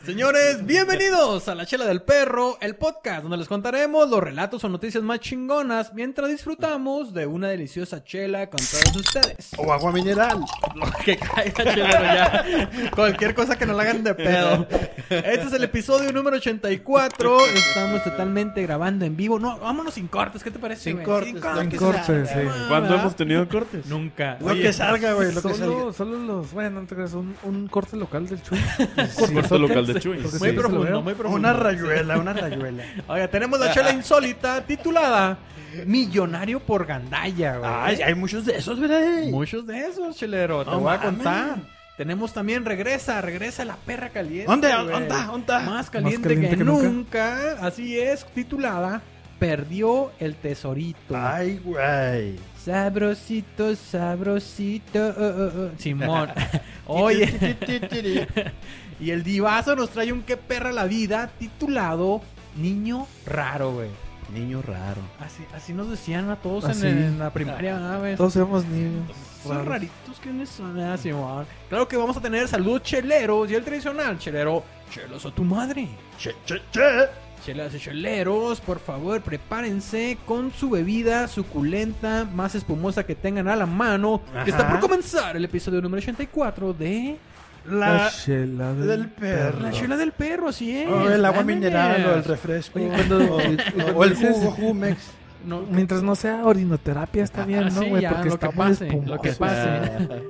Señores, bienvenidos a La Chela del Perro, el podcast donde les contaremos los relatos o noticias más chingonas mientras disfrutamos de una deliciosa chela con todos ustedes. O agua mineral. Lo que caiga, chelero, ya. Cualquier cosa que nos la hagan de pedo. Este es el episodio número 84. Estamos totalmente grabando en vivo. No, vámonos sin cortes, ¿qué te parece? Sin güey? cortes, Sin cortes, sí. ¿Cuándo hemos tenido cortes? Nunca. Lo que salga, güey, lo que salga. Solo los... Bueno, no te creas, un corte local del Chuy. Corte local de Chuy. Porque Muy sí, profundo, muy profundo. Una rayuela. Oiga, tenemos la chela insólita titulada Millonario por Gandaya, güey. Ay, hay muchos de esos, ¿verdad? Muchos de esos, chelero. Te No voy a mames. contar. Tenemos también Regresa la perra caliente. ¿Dónde? güey. ¿Dónde? Más caliente que nunca. Así es, titulada Perdió el tesorito. Ay, güey. Sabrosito, sabrosito. Simón. Oye. Y el divazo nos trae un qué perra la vida titulado Niño Raro, güey. Niño raro. Así nos decían a todos Así. en la primaria, ¿sabes? Todos somos niños. Son raros. raritos, ¿quiénes son? Simón. Claro que vamos a tener saludos cheleros y el tradicional chelero, chelos a tu madre. Che. Chelas y cheleros, por favor, prepárense con su bebida suculenta, más espumosa que tengan a la mano. Ajá. Que está por comenzar el episodio número 84 de La chela del perro. La Chela del Perro, así es. O el agua Ándale. mineral, o el refresco. Oye, cuando O el dices- jugo Jumex. No, Mientras no sea orinoterapia está bien, ¿no, sí, güey? ya, Porque lo está que muy pase, espumoso. lo que pase.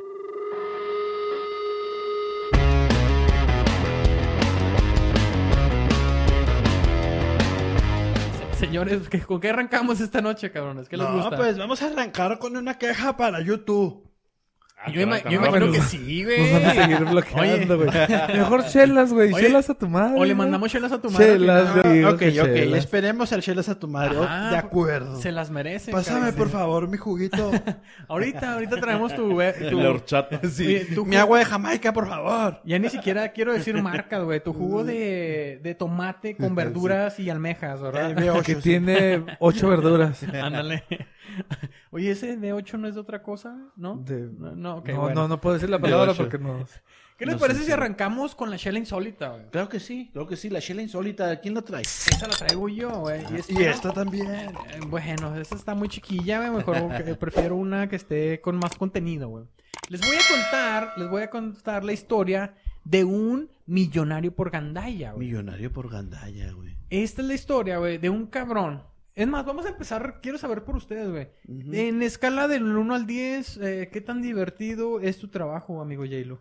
Señores, ¿con qué arrancamos esta noche, cabrones? ¿Qué les No, gusta? pues vamos a arrancar con una queja para YouTube. Yo imagino bueno, que sí, güey. Nos van a seguir bloqueando, güey. Mejor chelas, güey. Oye, Chelas a tu madre. O le ¿no? mandamos chelas a tu madre. Chelas, al final. güey. Ok, chelas. esperemos al chelas a tu madre. Ajá, De acuerdo. Se las merece. Pásame, cabrón. por favor, mi juguito. Ahorita traemos tu La horchata. Oye, tu Mi agua de Jamaica, por favor. Ya ni siquiera quiero decir marcas, güey. Tu jugo de tomate con verduras y almejas, ¿verdad? B8, Que sí. tiene 8 verduras. Ándale. Oye, ¿ese de 8 no es de otra cosa? ¿No? De- No, ok, no, bueno. no puedo decir la palabra ocho. porque nos... ¿Qué les no parece sé, si sí. arrancamos con la chela insólita, güey? Claro que sí. La chela insólita. ¿Quién la trae? Esa la traigo yo, güey. Y esta también. Bueno, esa está muy chiquilla, güey. Mejor prefiero una que esté con más contenido, güey. Les voy a contar la historia de un millonario por gandalla, güey. Millonario por gandalla, güey. Esta es la historia, güey, de un cabrón. Es más, vamos a empezar, quiero saber por ustedes, güey. Ujú. En escala del 1 al 10, ¿qué tan divertido es tu trabajo, amigo J-Lo?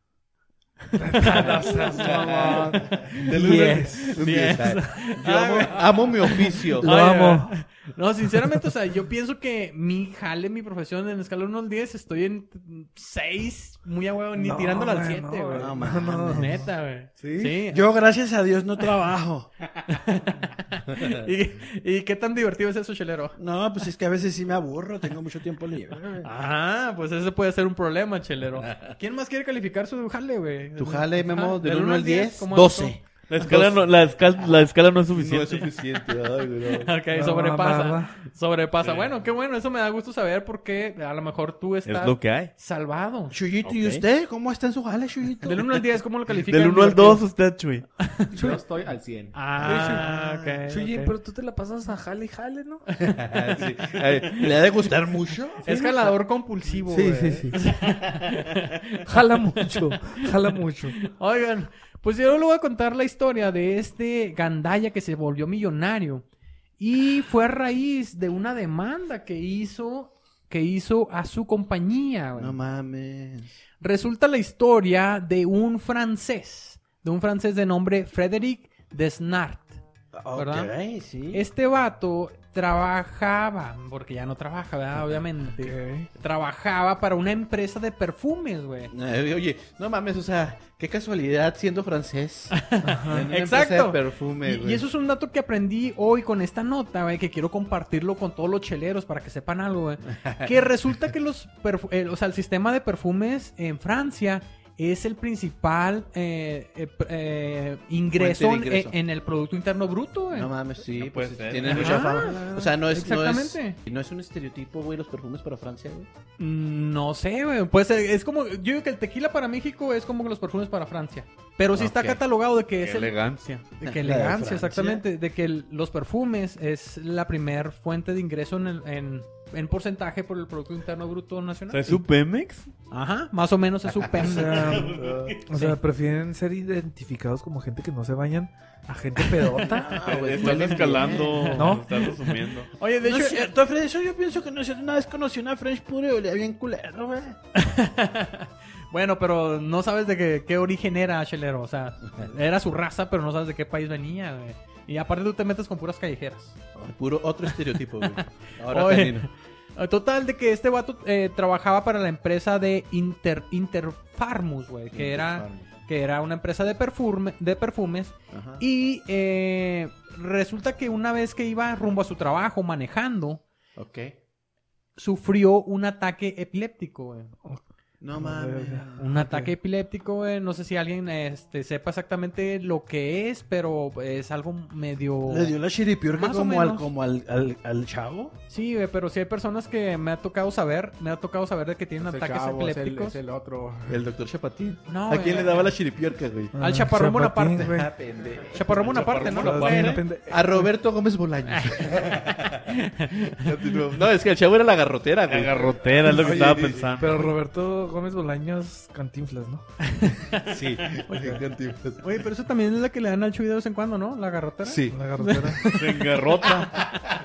Del 10. 10. Yo amo mi oficio. Lo Ay, amo. No, sinceramente, o sea, yo pienso que mi profesión, en escala 1 al 10, estoy en 6, muy a huevo, ni No, tirándola al güey, 7, no, güey. güey. No, No. Neta, güey. ¿Sí? Yo, gracias a Dios, no trabajo. ¿Y qué tan divertido es eso, chelero? No, pues es que a veces sí me aburro. Tengo mucho tiempo libre. Ah, pues ese puede ser un problema, chelero. ¿Quién más quiere calificar su jale, güey? Tu jale, Memo, Ajá, del 1 al 10, ¿cómo 12. La escala no es No es suficiente. suficiente. Ay, güey, no. Ok, No, sobrepasa. nada. Sobrepasa. Sí. Bueno, qué bueno. Eso me da gusto saber porque a lo mejor tú estás Es lo que hay. salvado. Chuyito, ¿y Ok. usted? ¿Cómo está en su jale, Chuyito? Del 1 al 10, ¿cómo lo califica? Del 1 al 2, usted, Chuy. Yo estoy al 100. Ah, ok. Chuy, ok. pero tú te la pasas a jale y jale, ¿no? Sí. ¿Le ha de gustar mucho? Es jalador compulsivo, Sí, güey. sí, sí. Jala mucho, jala mucho. Oigan, pues yo le voy a contar la historia de este gandaya que se volvió millonario. Y fue a raíz de una demanda que hizo a su compañía, güey. No mames. Resulta la historia de un francés de nombre Frédéric Desnart. ¿Verdad? Ok, sí. Este vato trabajaba, porque ya no trabaja, ¿verdad? Obviamente. Trabajaba para una empresa de perfumes, güey. Oye, no mames, o sea, qué casualidad siendo francés. En una Exacto. empresa de perfume, Y güey. eso es un dato que aprendí hoy con esta nota, güey, que quiero compartirlo con todos los cheleros para que sepan algo, güey. Que resulta que el sistema de perfumes en Francia es el principal ingreso, Fuente de ingreso. en el Producto Interno Bruto, güey. No mames, sí, No pues puede ser. tienen Ajá. mucha fama. O sea, no es Exactamente. no es un estereotipo, güey, los perfumes para Francia, güey. No sé, güey. Pues es como, yo digo que el tequila para México es como los perfumes para Francia. Pero sí está Ok. catalogado de que es Qué el... elegancia. De que La de elegancia, Francia. exactamente. De que los perfumes es la primer fuente de ingreso en porcentaje por el Producto Interno Bruto O Nacional. sea, ¿es su Pemex? Ajá, más o menos es su O PEM. sea, prefieren ser identificados como gente que no se bañan a gente pedota. güey, Estás huelen escalando, bien. ¿No? estás asumiendo. Oye, de No hecho, es cierto, Fred, eso yo pienso que no es cierto. Una vez conocí una French pura y olía bien culero, güey. bueno, pero no sabes de qué origen era Chelero. O sea, era su raza, pero no sabes de qué país venía, güey. Y aparte tú te metes con puras callejeras. Puro otro estereotipo, güey. Ahora Oye, canino. total, de que este vato trabajaba para la empresa de Interfarmus, güey. Que era una empresa de perfumes. Ajá. Y resulta que una vez que iba rumbo a su trabajo manejando, Ok. sufrió un ataque epiléptico, güey. No mames. Un ataque epiléptico, güey. No sé si alguien sepa exactamente lo que es, pero es algo medio... Le dio la chiripiorca Más o como menos. al chavo. Sí, güey, pero sí hay personas que me ha tocado saber de que tienen Ese ataques chavo epilépticos. Es el otro. El doctor Chapatín. No, ¿A quién güey. le daba la chiripiorca, güey? Al Chaparrón Chapatín, Bonaparte. güey. Ah, pendejo. Chaparrón Bonaparte, ¿no? Chaparrón Estás bien Bonaparte. pende- A Roberto Gómez Bolaños. No, es que el chavo era la garrotera, La güey. garrotera es lo que Oye, estaba pensando. Pero Roberto Gómez Bolaños, Cantinflas, ¿no? Sí. Cantinflas. Oye, pero eso también es la que le dan al Chuy de vez en cuando, ¿no? La garrotera. Sí. La garrotera. Se engarrota.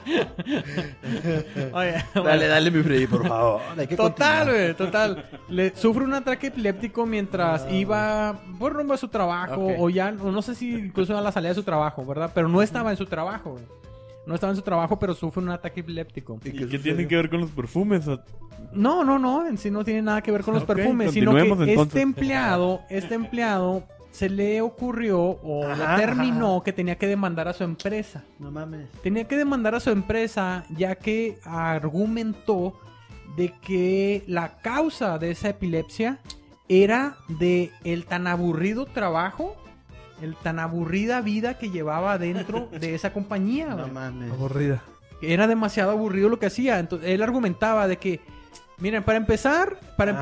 Oye, Dale, dale, mi Freddy, por favor. Hay que total, continuar. güey, total. Le sufre un ataque epiléptico mientras iba por rumbo a su trabajo, Ok. o no sé si incluso a la salida de su trabajo, ¿verdad? Pero no estaba en su trabajo, güey. No estaba en su trabajo, pero sufre un ataque epiléptico. ¿Y qué tiene que ver con los perfumes? No, en sí no tiene nada que ver con los Ok, perfumes, sino que continuemos, entonces. este empleado se le ocurrió o determinó que tenía que demandar a su empresa. No mames. Tenía que demandar a su empresa ya que argumentó de que la causa de esa epilepsia era de el tan aburrido trabajo, el tan aburrida vida que llevaba dentro de esa compañía. No güey. mames. Aburrida. Era demasiado aburrido lo que hacía. Entonces, él argumentaba de que, miren, para empezar,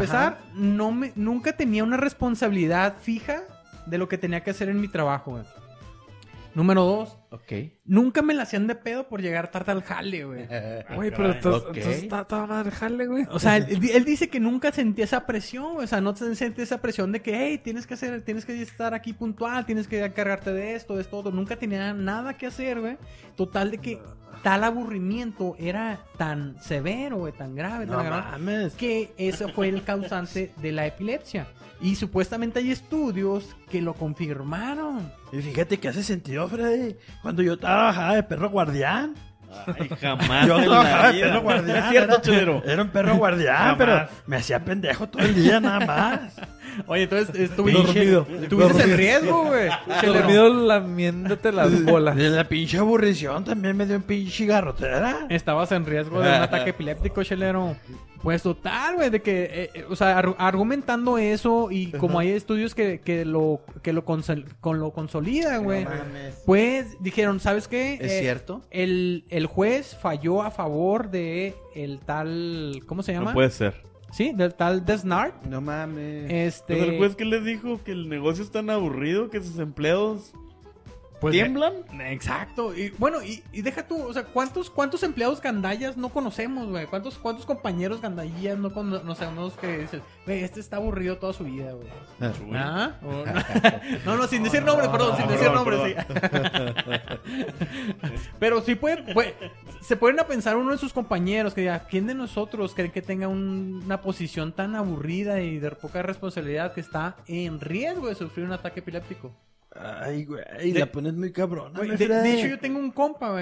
nunca tenía una responsabilidad fija de lo que tenía que hacer en mi trabajo, güey. Número 2, Ok. nunca me la hacían de pedo por llegar tarde al jale, güey. Güey, pero entonces Ok. está toda madre jale, güey. O sea, él dice que nunca sentía esa presión, güey. O sea, no sentía esa presión de que, hey, tienes que estar aquí puntual, tienes que cargarte de esto, otro. Nunca tenía nada que hacer, güey. Total de que tal aburrimiento era tan severo, güey, tan grave, No mames. que eso fue el causante de la epilepsia. Y supuestamente hay estudios que lo confirmaron. Y fíjate que hace sentido, Freddy. Cuando yo trabajaba de perro guardián. Ay, jamás. Yo en trabajaba la de vida. perro guardián. Es cierto, era- Chelero. Era un perro guardián, Jamás. pero me hacía pendejo todo el día nada más. Oye, entonces Dormido. estuviste en riesgo, güey. Chelero. Dormido lamiéndote las bolas. De la pinche aburrición también me dio un pinche garrotera. Estabas en riesgo de un ataque epiléptico, Chelero. Pues total, güey, de que, o sea, argumentando eso y como hay estudios que lo consolidan, güey. No mames. Pues dijeron, ¿sabes qué? ¿Es cierto? El juez falló a favor de el tal, ¿cómo se llama? No puede ser. Sí, del tal Desnart. No mames. Pero el juez que les dijo que el negocio es tan aburrido que sus empleados Pues, tiemblan. Exacto. Y bueno, y deja tú, o sea, ¿cuántos empleados gandallas no conocemos, güey? ¿Cuántos compañeros gandallas no conocemos que dices, güey, este está aburrido toda su vida, güey? Chuy. ¿Ah? No, sin decir nombres, perdón, sin decir nombres, sí. Pero sí se pueden a pensar uno de sus compañeros que diga, ¿quién de nosotros cree que tenga una posición tan aburrida y de poca responsabilidad que está en riesgo de sufrir un ataque epiléptico? Ay, güey, la pones muy cabrona. Güey, mi de Freddy. hecho, yo tengo un compa,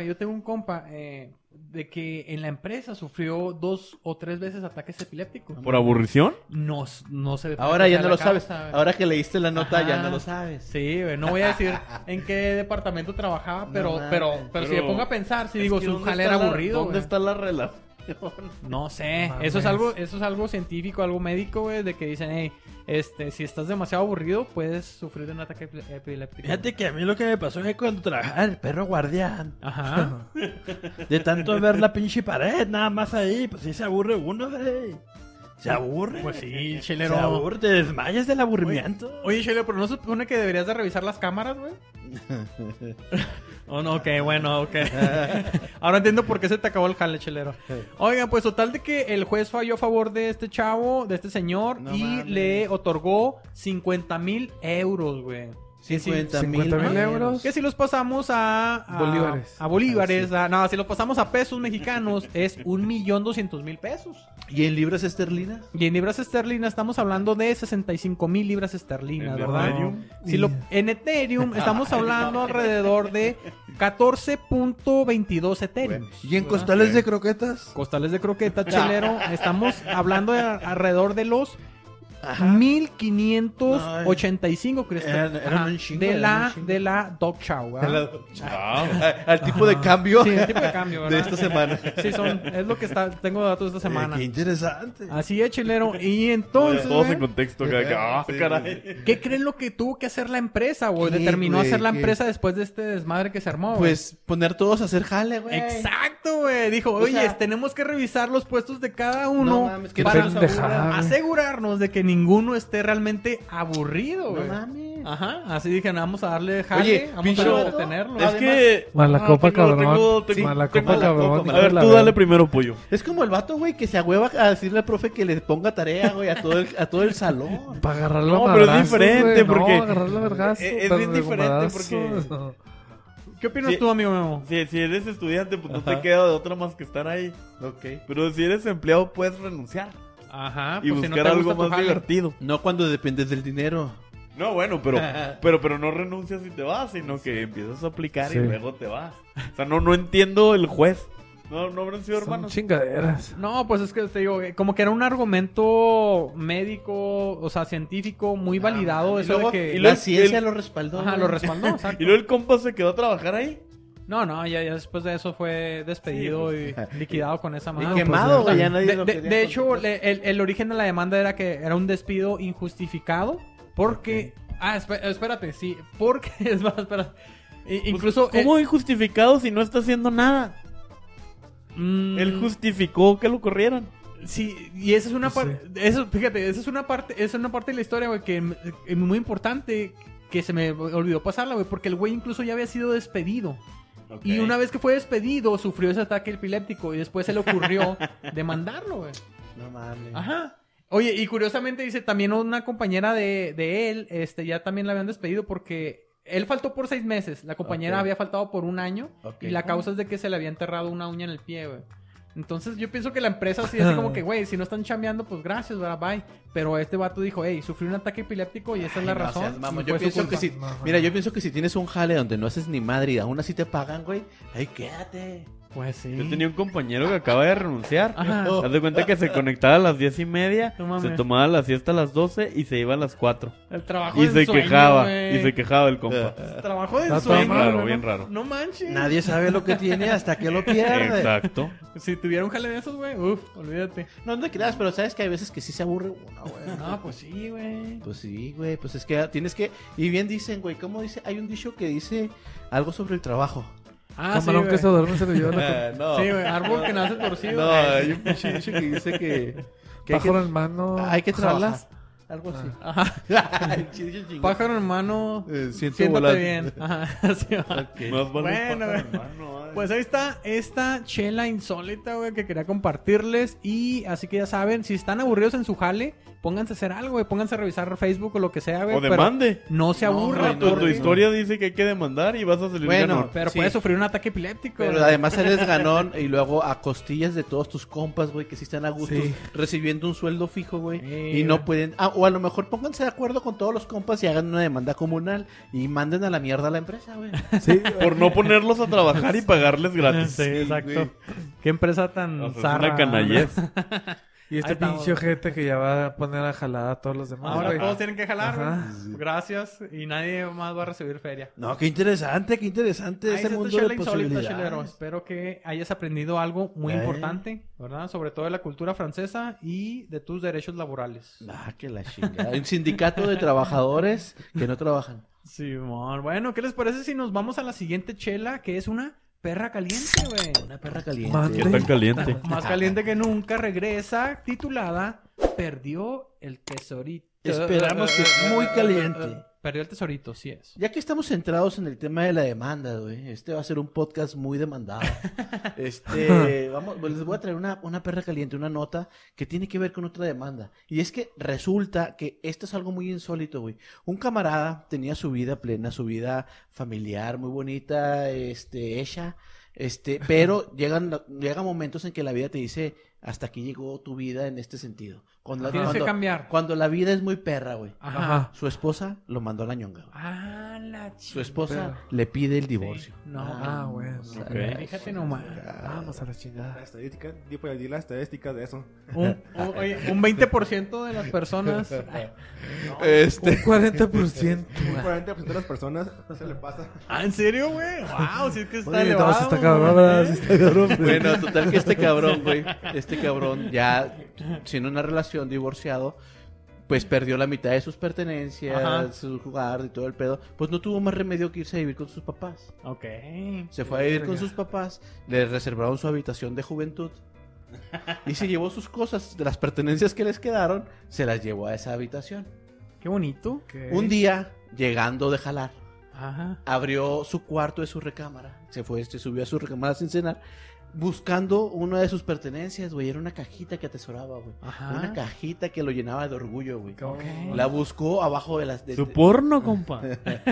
de que en la empresa sufrió 2 o 3 veces ataques epilépticos. ¿Por aburrición? No se Ahora ya o sea, no la lo sabes. causa, güey. Ahora que leíste la nota ya Ajá. no lo sabes. Sí, güey, no voy a decir en qué departamento trabajaba, pero mames. si me pongo a pensar, si Es digo, que su ¿dónde jale está era la- aburrido, ¿Dónde güey. está la relación No sé, Mames. eso es algo científico, algo médico, güey, de que dicen, hey, si estás demasiado aburrido, puedes sufrir de un ataque epiléptico. Fíjate que a mí lo que me pasó es que cuando trabajaba en el perro guardián, Ajá. de tanto ver la pinche pared, nada más ahí, pues sí se aburre uno, güey. Se aburre. Pues sí, Se chelero. aburre, te desmayas del aburrimiento. Oye, chelero, pero ¿no se supone que deberías de revisar las cámaras, güey? Oh, no, ok, bueno, ok. Ahora entiendo por qué se te acabó el jale, chelero. Oigan, pues total de que el juez falló a favor de este chavo, de este señor, No y mames. le otorgó 50,000 euros, güey. 50,000 euros. Que si los pasamos a Bolívares. A bolívares. No, si los pasamos a pesos mexicanos es 1,200,000 pesos. ¿Y en libras esterlinas? Y en libras esterlinas estamos hablando de 65,000 libras esterlinas, ¿En ¿verdad? Ethereum? En Ethereum estamos hablando alrededor de 14.22 Ethereum. ¿Y en costales de croquetas? Costales de croqueta, chelero. Estamos hablando de alrededor de los Ajá. 1,585, ¿crees? Eran Ajá, un chingo, de eran un chingo. la Dog Chow, ¿verdad? Al tipo de cambio Sí, el tipo de cambio, ¿verdad? de esta semana. Sí, es lo que tengo datos de esta semana. Qué interesante. Así es, chilero. Y entonces, Todos güey, en contexto. Sí, Caray. ¿qué creen lo que tuvo que hacer la empresa, güey? ¿Qué, Determinó güey? hacer la ¿Qué? empresa después de este desmadre que se armó, güey. Pues poner todos a hacer jale, güey. Exacto, güey. Dijo, O oye, sea, tenemos que revisar los puestos de cada No uno mames, qué para pendejada, güey. asegurarnos de que ninguno esté realmente aburrido, No güey. mames. Ajá, así dije, no, vamos a darle jale, Oye, vamos pinche a vato. detenerlo. Es que... Malacopa, cabrón. tengo- Malacopa, tengo- cabrón. A A ver, tú dale primero, pollo. Es como el vato, güey, que se agüeva a decirle al profe que le ponga tarea, güey, a todo el salón. Para agarrarlo No, a pero es madrazos, diferente, güey. porque- No, agarrarlo a vergazos, Es bien pero de diferente madrazos. porque- ¿Qué opinas Sí. tú, amigo Memo? Si eres estudiante, pues no Ajá. te queda de otra más que estar ahí. Ok. Pero si eres empleado, puedes renunciar. Ajá, Y pues si no buscar te algo gusta tu más jale. divertido. No cuando dependes del dinero. No, bueno, pero no renuncias y te vas, sino que empiezas a aplicar Sí. y luego te vas. O sea, no entiendo el juez. No habrán sido Son hermanos. chingaderas. No, pues es que te digo, como que era un argumento médico, o sea, científico, muy validado. Y Eso luego, de que... la ciencia lo respaldó. Ajá, güey. lo respaldó, exacto. Y luego el compa se quedó a trabajar ahí. No, ya después de eso fue despedido Sí, y liquidado con esa Y mano. quemado, pues, güey, ya nadie lo De quería de con hecho, su- el origen de la demanda era que era un despido injustificado porque... Ah, espérate, sí. Porque... Es más, espera. Incluso... ¿Cómo injustificado si no está haciendo nada? mm, Él justificó que lo corrieran. Sí, y esa es una Pues parte... Eso, fíjate, esa es una parte de la historia, güey, que es muy importante, que se me olvidó pasarla, güey, porque el güey incluso ya había sido despedido. Y una vez que fue despedido, sufrió ese ataque epiléptico y después se le ocurrió demandarlo, güey. No mames. Ajá. Oye, y curiosamente dice, también una compañera de él, ya también la habían despedido porque él faltó por 6 meses. La compañera Ok. había faltado por 1 año. Ok. Y la causa es de que se le había enterrado una uña en el pie, güey. Entonces yo pienso que la empresa así como que, güey, si no están chambeando, pues gracias, ¿verdad? Bye. Pero este vato dijo, hey, sufrí un ataque epiléptico y esa es la Ay, no razón. seas mamón. y Yo fue su pienso que culpa. si, No, mira, no. yo pienso que si tienes un jale donde no haces ni madre y aún así te pagan, güey, ahí quédate. Pues sí. Yo tenía un compañero que acaba de renunciar. Ajá. Haz de cuenta que se conectaba a las 10:30, No mames. se tomaba la siesta a las 12 y se iba a las 4. El trabajo Y del se sueño, quejaba, güey. y se quejaba el compa. El trabajo del Está toda sueño. madre, Raro, ¿no? bien raro. No manches. Nadie sabe lo que tiene hasta que lo pierde. Exacto. Si tuviera un jale de esos, güey, uff, olvídate. No te creas, pero sabes que hay veces que sí se aburre uno, güey. No, pues sí, güey. Pues sí, güey, pues es que tienes que... Y bien dicen, güey, ¿cómo dice? Hay un dicho que dice algo sobre el trabajo. Ah, sí, Camarón que güey. se duerme se lo lleva la no. Sí, güey, árbol que nace torcido. No, hay un pinche dicho que dice que hay pájaro en mano. hay que trabajar. jalas. Algo así. Ajá. El dicho chingón. Pájaro en mano. Siento Siéntate volar. bien. Ajá. Sí, va. Ok. Más vale Bueno, pájaro, güey. hermano, ay. Pues ahí está esta chela insólita, güey, que quería compartirles. Y así que ya saben, si están aburridos en su jale, pónganse a hacer algo, güey. Pónganse a revisar Facebook o lo que sea, güey. O pero demande. no se aburran. güey, Tu porque- historia dice que hay que demandar y vas a salir Bueno, ganón. Pero Sí. puede sufrir un ataque epiléptico. Pero güey. además eres ganón y luego a costillas de todos tus compas, güey, que sí están a gusto Sí. recibiendo un sueldo fijo, güey. Sí, Y no güey. pueden... Ah, o a lo mejor pónganse de acuerdo con todos los compas y hagan una demanda comunal y manden a la mierda a la empresa, güey. Sí, Por no ponerlos a trabajar y pagarles gratis. Sí, exacto. güey. Qué empresa tan O sea, es zarra. una canallez. Y este Ahí estamos. pinche ojete que ya va a poner a jalada a todos los demás, Ahora güey. todos tienen que jalar, Ajá. güey. Gracias. Y nadie más va a recibir feria. No, qué interesante Ahí ese está tu mundo chela de insólita, chelero. posibilidades. Espero que hayas aprendido algo muy importante, ¿verdad? Sobre todo de la cultura francesa y de tus derechos laborales. Ah, que la chingada. Un sindicato de trabajadores que no trabajan. Simón. Bueno, ¿qué les parece si nos vamos a la siguiente chela, que es una perra caliente, güey? Una perra caliente. Mande. ¿Qué tan caliente? Más caliente que nunca, regresa, titulada Perdió el tesorito. Esperamos que es muy caliente. Perdió el tesorito, sí es. Ya que estamos centrados en el tema de la demanda, güey, este va a ser un podcast muy demandado. Vamos, pues les voy a traer una perra caliente, una nota que tiene que ver con otra demanda. Y es que resulta que esto es algo muy insólito, güey. Un camarada tenía su vida plena, su vida familiar, muy bonita, hecha, pero llegan momentos en que la vida te dice, hasta aquí llegó tu vida en este sentido. Tienes que cambiar. Cuando la vida es muy perra, güey. Ajá. Su esposa lo mandó a la ñonga, güey. Ah, la Su esposa Pero- le pide el divorcio. No. Ah, bueno. Fíjate nomás. Vamos a la chingada. La estadística, yo puedo decir la estadística de eso. Oye, un 20% de las personas. Ay, Un 40%. Un 40% de las personas se le pasa. ah, ¿en serio, güey? Wow, sí es que está Oye, elevado. no, sí está cabrón, ¿verdad? Sí está cabrón. Bueno, total que este cabrón, ya sin una relación, divorciado, pues perdió la mitad de sus pertenencias, Ajá. su hogar y todo el pedo. Pues no tuvo más remedio que irse a vivir con sus papás. Ok. Se fue a vivir con sus papás, le reservaron su habitación de juventud y se llevó sus cosas, de las pertenencias que les quedaron, se las llevó a esa habitación. Qué bonito. Un día, llegando de jalar, Ajá. abrió su cuarto de su recámara, se subió a su recámara sin cenar, buscando una de sus pertenencias, güey. Era una cajita que atesoraba, güey. Ajá. Una cajita que lo llenaba de orgullo, güey. Ok. La buscó abajo de las... Su porno, compa.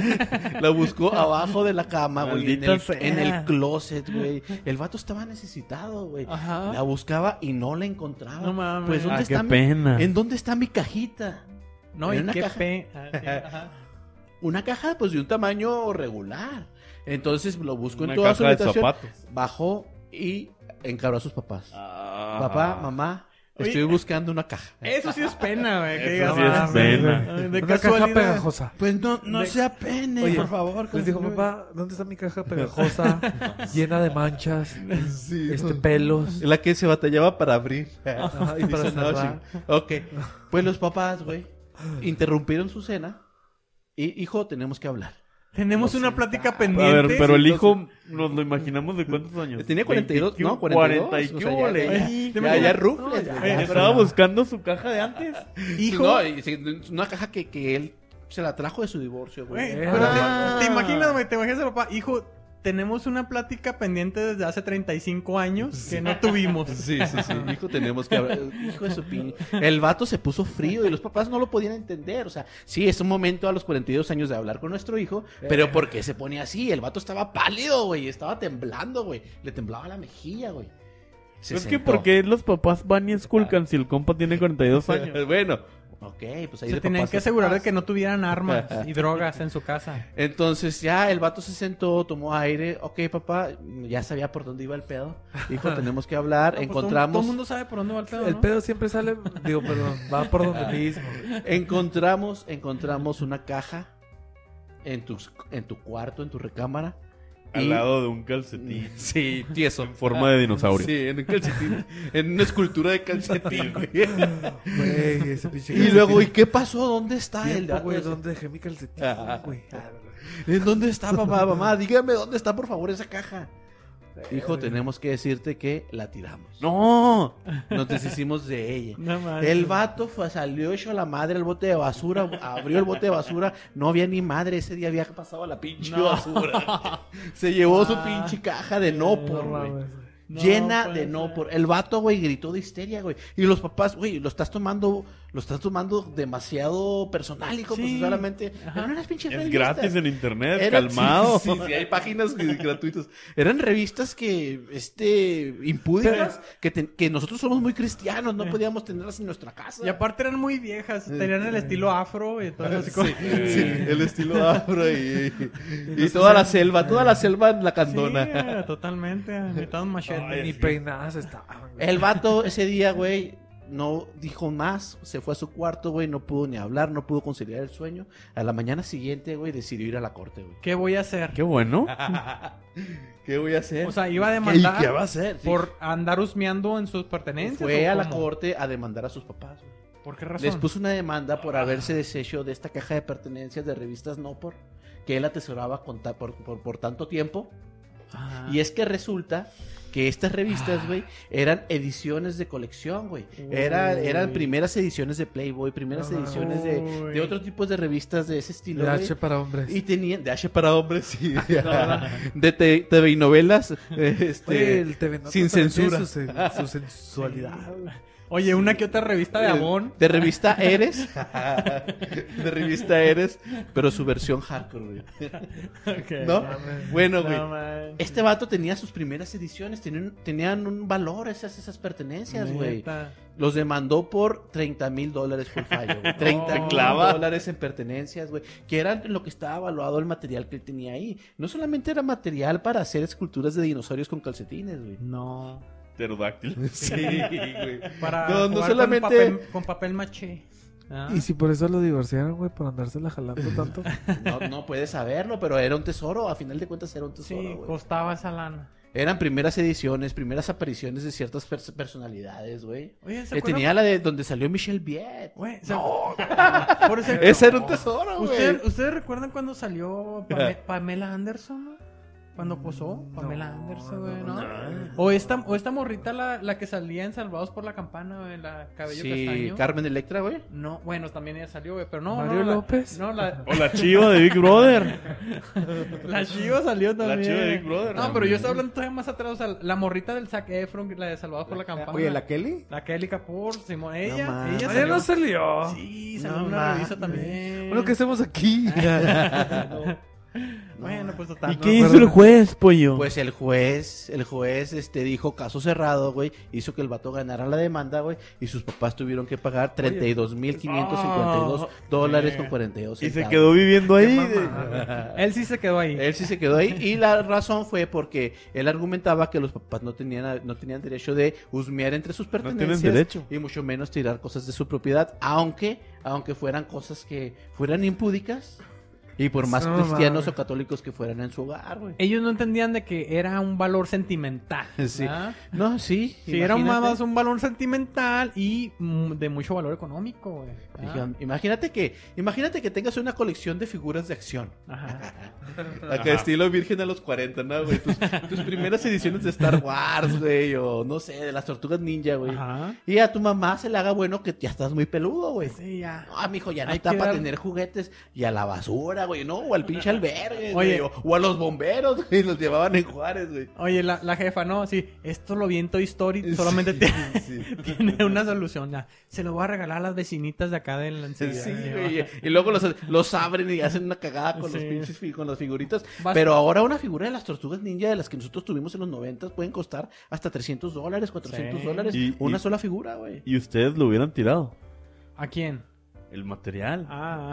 La buscó abajo de la cama, güey. Maldita sea. En el closet, güey. El vato estaba necesitado, güey. Ajá. La buscaba y no la encontraba. No mames. Pues, ¿dónde Ah, qué está pena. ¿En dónde está mi cajita? No, en y una qué caja. Ajá. Una caja, pues, de un tamaño regular. Entonces, lo buscó en Una toda su caja de habitación. zapatos. Bajó y encaró a sus papás. Ah. Papá, mamá, Oye, estoy buscando una caja. Eso sí es pena, güey. Que Eso digas, sí es "Ah, pena". güey, de Una caja casualidad. pegajosa. Pues no se apene, Oye, por favor. Les dijo, continúe. papá, ¿dónde está mi caja pegajosa? Llena de manchas, Sí, pelos. la que se batallaba para abrir. Ajá, y para Dice, no, cerrar. sí. Ok. Pues los papás, güey, interrumpieron su cena. Y, hijo, tenemos que hablar. Tenemos una plática A pendiente. ver, pero el hijo, nos lo imaginamos de cuántos años. Tenía 42, 20, no, 42. 40 y o qué sea, ole. Ay, ¿te ya imaginas? rufles, No, güey. ya, Estaba buscando su caja de antes. Hijo. No, una caja que él se la trajo de su divorcio, güey. Güey, pero te imaginas, güey, te imaginas al papá, hijo, tenemos una plática pendiente desde hace 35 años que no tuvimos. Sí. Hijo, tenemos que hablar. Hijo de su pin. El vato se puso frío y los papás no lo podían entender. O sea, sí, es un momento a los 42 años de hablar con nuestro hijo, pero ¿por qué se pone así? El vato estaba pálido, güey. Estaba temblando, güey. Le temblaba la mejilla, güey. Se Es que sentó. ¿por qué los papás van y esculcan si el compa tiene 42 años? Bueno, ok, pues ahí Se de tenían papás que a asegurar de papás. que no tuvieran armas y drogas en su casa. Entonces ya el vato se sentó, tomó aire. Ok, papá, ya sabía por dónde iba el pedo. Hijo, tenemos que hablar. No, pues, Encontramos... Todo el mundo sabe por dónde va el pedo, El ¿no? pedo siempre sale, digo, perdón, va por donde mismo. Encontramos una caja en tu cuarto, en tu recámara. Al lado de un calcetín. Sí, tieso. En forma de dinosaurio. Sí, en un calcetín. En una escultura de calcetín, güey. Güey, ese pinche Y luego, ¿y calcetín. qué pasó? ¿Dónde está el Tiempo, güey, ¿dónde dejé mi calcetín, güey? ¿En dónde está, papá, mamá? Dígame dónde está, por favor, esa caja. Hijo, tenemos que decirte que la tiramos. ¡No! Nos deshicimos de ella. No manches. El vato salió hecho a la madre al bote de basura, abrió el bote de basura, no había ni madre, ese día había pasado a la pinche basura. Se llevó su pinche caja de nopor, No güey. mames, güey. No Llena puede de ser. nopor. El vato, güey, gritó de histeria, güey. Y los papás, güey, lo estás tomando demasiado personal, hijo, pues Sí. solamente. Ajá. Eran unas pinches Es revistas. gratis en internet, Eran- calmado. Sí, hay páginas gratuitas. Eran revistas que, impúdicas, que nosotros somos muy cristianos, no podíamos tenerlas en nuestra casa. Y aparte eran muy viejas, tenían el estilo afro y todo así como... Sí, el estilo afro y toda la selva en la candona. Sí, totalmente, mitad un machete. Ni peinadas estaban, güey. El vato ese día, güey, no dijo más, se fue a su cuarto, güey, no pudo ni hablar, no pudo conciliar el sueño. A la mañana siguiente, güey, decidió ir a la corte, güey. ¿Qué voy a hacer? Qué bueno. ¿Qué voy a hacer? O sea, iba a ¿Y demandar qué va a hacer? por andar husmeando en sus pertenencias. Fue ¿o a la cómo? corte a demandar a sus papás, güey. ¿Por qué razón? Les puso una demanda por haberse deshecho de esta caja de pertenencias de revistas Nopor que él atesoraba por tanto tiempo. Ajá. Y es que resulta que estas revistas, güey, eran ediciones de colección, güey. Eran primeras ediciones de Playboy, primeras ediciones de otros tipos de revistas de ese estilo, De güey. H para hombres. Y tenían de H para hombres, sí. De TV y novelas, Oye, el TV Notas sin también censura. tiene su sensualidad. Oye, una que otra revista de Avon. De revista Eres. De revista Eres, pero su versión hardcore, güey. ¿No? Bueno, güey. No, man. Este vato tenía sus primeras ediciones, tenían un valor esas pertenencias, güey. Neta. Los demandó por $30,000 por fallo, güey. $30,000 en pertenencias, güey. Que eran lo que estaba evaluado el material que él tenía ahí. No solamente era material para hacer esculturas de dinosaurios con calcetines, güey. No. Pterodáctilo. Sí, güey. Para No jugar solamente- con papel maché. Ah. Y si por eso lo divorciaron, güey, por andársela jalando tanto. No puedes saberlo, pero era un tesoro. A final de cuentas era un tesoro, Sí, güey. costaba esa lana. Eran primeras ediciones, primeras apariciones de ciertas personalidades, güey. Oye, ¿se Que acuerdan? tenía la de donde salió Michelle Viet. Güey, por eso- Ese era un tesoro, güey. ¿Ustedes recuerdan cuando salió Pamela Anderson, güey? Cuando posó Pamela Anderson, güey, ¿no? O esta morrita, la que salía en Salvados por la Campana, güey, la cabello Sí, castaño. Carmen Electra, güey. No, bueno, también ella salió, güey, pero no. Mario no, López. No, O la chiva de Big Brother. la Chiva salió también. La chiva de Big Brother. No, pero yo estoy hablando todavía más atrás, o sea, la morrita del Zac Efron, la de Salvados por la Campana. Oye, ¿la Kelly? La Kelly Kapoor, Simón, ella mames. salió. Ella no salió. Sí, salió No en una mames. revista también. Bueno, ¿qué hacemos aquí? Bueno, pues total. ¿Y no, qué hizo el juez, pollo? Pues el juez dijo caso cerrado, güey. Hizo que el vato ganara la demanda, güey. Y sus papás tuvieron que pagar $32,552 con 42 Y se centavos. quedó viviendo ahí. Él sí se quedó ahí. Él sí se quedó ahí. Y la razón fue porque él argumentaba que los papás no tenían derecho de husmear entre sus tienen pertenencias. derecho. Y mucho menos tirar cosas de su propiedad. Aunque fueran cosas que fueran impúdicas. Y por más No, cristianos mames. o católicos que fueran en su hogar, güey. Ellos no entendían de que era un valor sentimental. Sí. ¿verdad? No, sí. Sí, era imagínate. más un valor sentimental y de mucho valor económico, güey. Dije, imagínate que tengas una colección de figuras de acción. Ajá. Acá estilo Virgen a los 40, ¿no, güey? Tus primeras ediciones de Star Wars, güey, o no sé, de las Tortugas Ninja, güey. Ajá. Y a tu mamá se le haga bueno que ya estás muy peludo, güey. Sí, ya. No, mijo, ya no Hay está que para dar- tener juguetes. Y a la basura, güey, ¿no? O al pinche albergue, Oye. güey. O a los bomberos, güey. Los llevaban en Juárez, güey. Oye, la jefa, no, sí, esto lo vi en Toy Story, solamente tiene una solución. Ya. Se lo voy a regalar a las vecinitas de acá de la enseguida. Sí, güey. Y luego los abren y hacen una cagada con los Sí. pinches con las figuritas. Vas- Pero ahora una figura de las Tortugas Ninja de las que nosotros tuvimos en los 90 pueden costar hasta $300, $400. Sí. Una Y- sola figura, güey. Y ustedes lo hubieran tirado. ¿A quién? El material.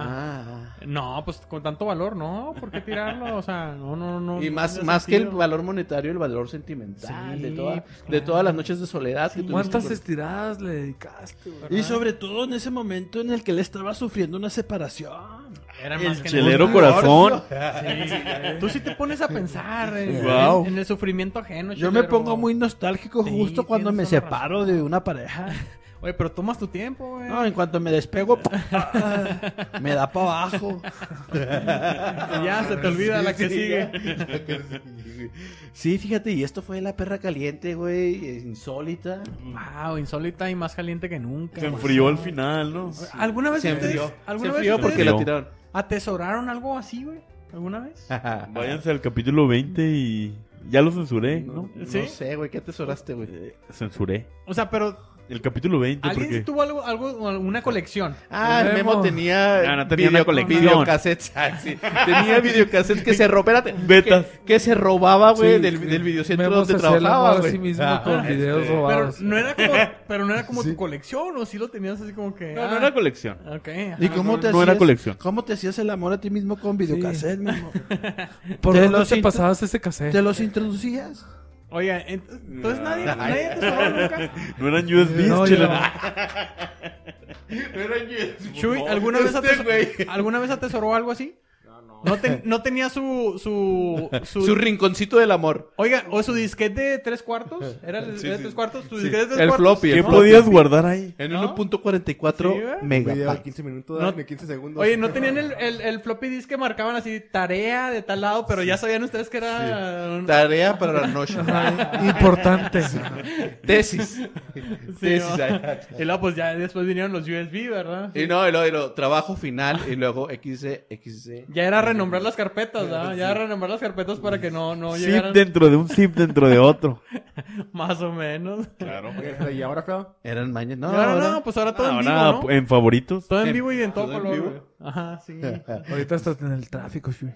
No, pues con tanto valor, no, ¿por qué tirarlo? O sea, no. Y no más tiene que el sentido. valor monetario, el valor sentimental Sí, de pues, de claro. todas las noches de soledad que tuviste ¿Cuántas con- estiradas le dedicaste, güey? Y sobre todo en ese momento en el que él estaba sufriendo una separación. Era El más que chelero nada. corazón. Sí. Tú sí te pones a pensar Wow. en el sufrimiento ajeno. Yo me chelero. pongo muy nostálgico Sí, justo cuando me tienes toda la separo de una pareja. Oye, pero tomas tu tiempo, güey. No, en cuanto me despego, me da para abajo. Y ya se te olvida la que Sí, sigue. Sí, fíjate, y esto fue la perra caliente, güey, insólita. Wow, insólita y más caliente que nunca. Se güey. enfrió al final, ¿no? ¿Alguna vez Se ustedes, enfrió. ¿alguna Se vez enfrió porque ustedes la tiraron. atesoraron algo así, güey? ¿Alguna vez? Váyanse al capítulo 20 y ya lo censuré, ¿no? ¿Sí? No sé, güey, ¿qué atesoraste, güey? Censuré. O sea, pero El capítulo 20 ¿alguien sí porque... tuvo alguna colección? Ah, el Memo Memo. tenía, No tenía una colección. videocassettes. Ah, sí. Tenía videocassettes que se robaban. Betas. Que se robaba, güey, Sí, del videocentro Memo donde se hacía el trabajaba, amor a güey. sí mismo Ah, con videos Pero robados. no era como tu colección, o sí lo tenías así como que. No, no era colección. Ok. ¿Y cómo te no era hacías? colección. ¿Cómo te hacías el amor a ti mismo con videocassette, mismo? ¿Por ¿Te dónde los te int- pasabas ese cassette? ¿Te los introducías? Oiga, entonces nadie atesoró nunca. No eran USBs, No, chile. Chuy, ¿alguna vez atesoró algo así? No tenía su rinconcito del amor. Oiga, o su disquete de 3/4. ¿Era el de 3/4? ¿Su disquete de 3/4? El floppy. ¿Qué podías guardar ahí? En ¿No? 1.44 Sí, güey. Un video de megabytes. 15 minutos, No. de 15 segundos. Oye, ¿no tenían el floppy disk que marcaban así, tarea de tal lado, pero ya sabían ustedes que era... Tarea para la noche. Importante. Tesis. Sí, Tesis. ¿no? Y luego, pues ya después vinieron los USB, ¿verdad? Y no, y luego trabajo final y luego XC. Ya era renombrar las carpetas, ¿verdad? Ya era renombrar las carpetas para que no Zip llegaran... dentro de un zip dentro de otro. Más o menos. Claro. Oye, Fede, ¿y ahora, feo? Eran mañas. No, Y ahora ahora- no, pues ahora todo en vivo, Ahora ¿no? en favoritos. Todo en vivo y en todo ¿Todo en color, vivo? güey. Ajá, sí. Ahorita estás en el tráfico, Shui.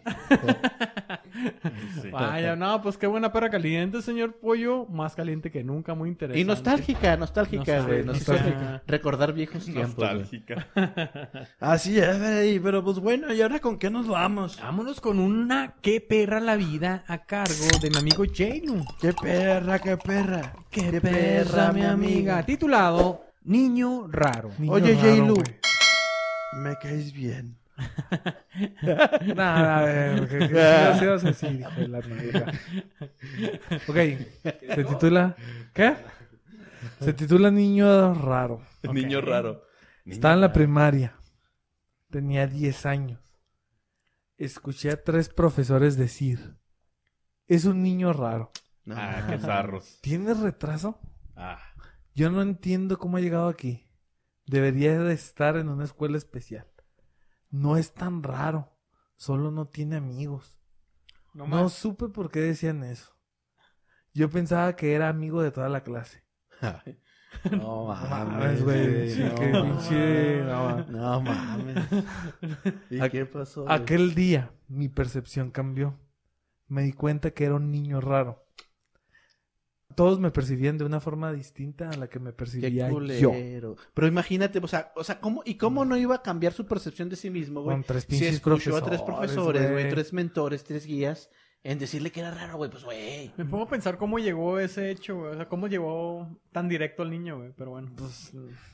Vaya, no, pues qué buena perra caliente, señor Pollo. Más caliente que nunca, muy interesante. Y nostálgica, güey. Nos hizo Nostálgica. recordar viejos tiempos, güey. Nostálgica. Así es, Freddy, pero pues bueno, ¿y ahora con qué nos vamos? Vámonos con una qué perra la vida a cargo de mi amigo Jaynu. ¡Qué perra, qué perra! Qué perra, mi amiga. Titulado Niño Raro. Niño Oye, raro, J-Lu. güey. Me caes bien. Nada, a ver, ¿qué ibas a decir, hijo de la nalga? Ok, se titula... ¿Qué? Se titula Niño Raro. Niño raro. Estaba en la primaria. Tenía 10 años. Escuché a 3 profesores decir: es un niño raro. No, Ah, qué zarros. ¿Tienes retraso? Ah. Yo no entiendo cómo ha llegado aquí. Debería de estar en una escuela especial. No es tan raro. Solo no tiene amigos. No supe por qué decían eso. Yo pensaba que era amigo de toda la clase. No Mames, güey. Sí, no. qué pinche... No, No mames. ¿Y qué pasó? güey? aquel día mi percepción cambió. Me di cuenta que era un niño raro. Todos me percibían de una forma distinta a la que me Qué percibía yo. culero. Pero imagínate, o sea, ¿cómo no iba a cambiar su percepción de sí mismo, güey? Con 3 Si pinches escuchó a 3 profesores, profesores, güey, 3 mentores, 3 guías, en decirle que era raro, güey, pues, güey. Me pongo a pensar cómo llegó ese hecho, güey. O sea, cómo llegó tan directo al niño, güey. Pero bueno. Pues,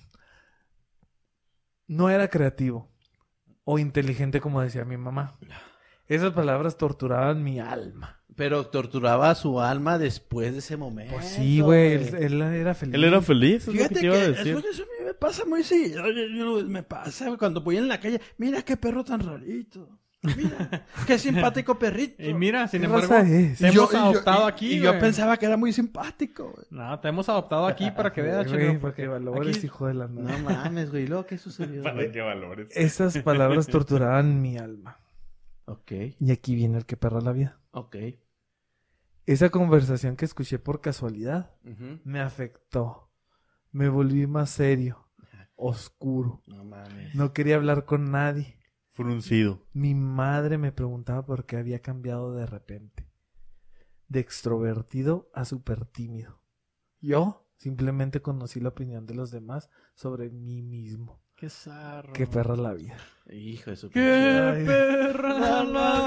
no era creativo o inteligente como decía mi mamá. Esas palabras torturaban mi alma. Pero torturaba a su alma después de ese momento. Pues sí, güey, él era feliz. Él era feliz, es lo que Fíjate te iba a que decir. eso a mí me pasa muy seguido. Me pasa güey, cuando voy en la calle. Mira qué perro tan rarito. Mira, qué simpático perrito. Y mira, sin ¿Qué embargo, raza es? te hemos adoptado aquí, Y yo güey. pensaba que era muy simpático, güey. No, te hemos adoptado aquí para que veas, Güey, chino. porque valores, aquí- hijo de la No nada. mames, güey. ¿Y luego qué sucedió? ¿Para güey? qué valores? Esas palabras torturaban mi alma. Ok, Y aquí viene el que perra la vida. ok. Esa conversación que escuché por casualidad Ujú. me afectó. Me volví más serio, oscuro. No mames. No quería hablar con nadie. Fruncido. Mi madre me preguntaba por qué había cambiado de repente. De extrovertido a súper tímido. Yo simplemente conocí la opinión de los demás sobre mí mismo. Qué zarro. Qué perra la vida. Hijo de su Qué Ay. perra la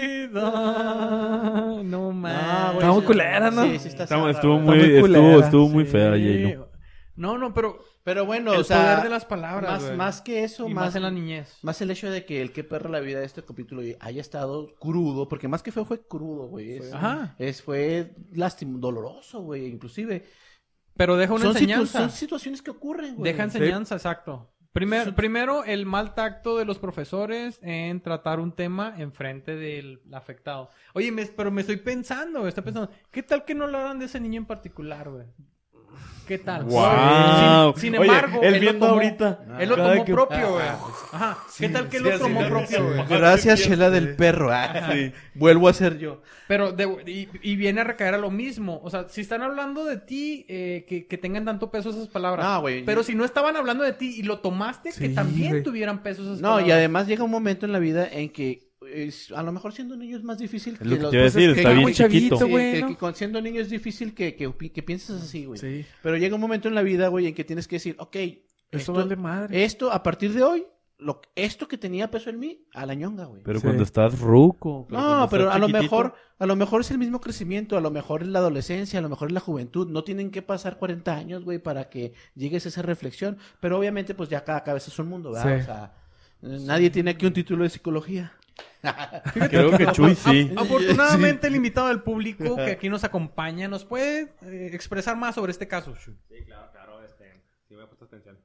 vida. No mames. Está muy culera, ¿no? Sí, sí está Estuvo zarra, estuvo güey. muy muy, culera. estuvo muy Sí. fea, J-Lo. No, pero Pero bueno, el o sea, poder de las palabras, güey. más que eso, Y más en la niñez. más el hecho de que el que perra la vida de este capítulo haya estado crudo, porque más que feo fue crudo, güey. Ajá. Fue doloroso, güey, inclusive. Pero deja una Son enseñanza. situaciones que ocurren, güey. Deja enseñanza, exacto. Primero, el mal tacto de los profesores en tratar un tema enfrente del afectado. Oye, pero me estoy pensando, ¿qué tal que no hablaran de ese niño en particular, güey? ¿Qué tal? ¡Wow! Sin Oye, embargo, él lo viendo tomó- ahorita. Él lo cada tomó que- propio, güey. Ajá. ¿Qué tal que lo tomó propio, güey? Gracias, Shela del perro. Ah, Sí. vuelvo a ser yo. Pero, y viene a recaer a lo mismo. O sea, si están hablando de ti, que tengan tanto peso esas palabras. No, güey. Pero si no estaban hablando de ti y lo tomaste, que Sí, también güey. tuvieran peso esas No, palabras. y además llega un momento en la vida en que a lo mejor siendo niño es más difícil Es lo que los- te iba a decir, que- está que- bien muy chavito, chiquito. Sí, güey, que ¿no? siendo niño es difícil que pienses así, güey. Sí. Pero llega un momento en la vida, güey, en que tienes que decir, ok, Eso vale madre. esto a partir de hoy esto que tenía peso en mí, a la ñonga, güey. Pero Sí. cuando estás ruco. No, pero cuando a lo estás chiquitito. mejor es el mismo crecimiento, a lo mejor es la adolescencia, a lo mejor es la juventud. No tienen que pasar 40 años, güey, para que llegues a esa reflexión. Pero obviamente, pues ya cada cabeza es un mundo, ¿verdad? Sí. O sea, nadie tiene aquí un título de psicología. Creo que Chuy sí. Afortunadamente, el invitado del público que aquí nos acompaña nos puede expresar más sobre este caso. Sí, claro, sí me he puesto atención.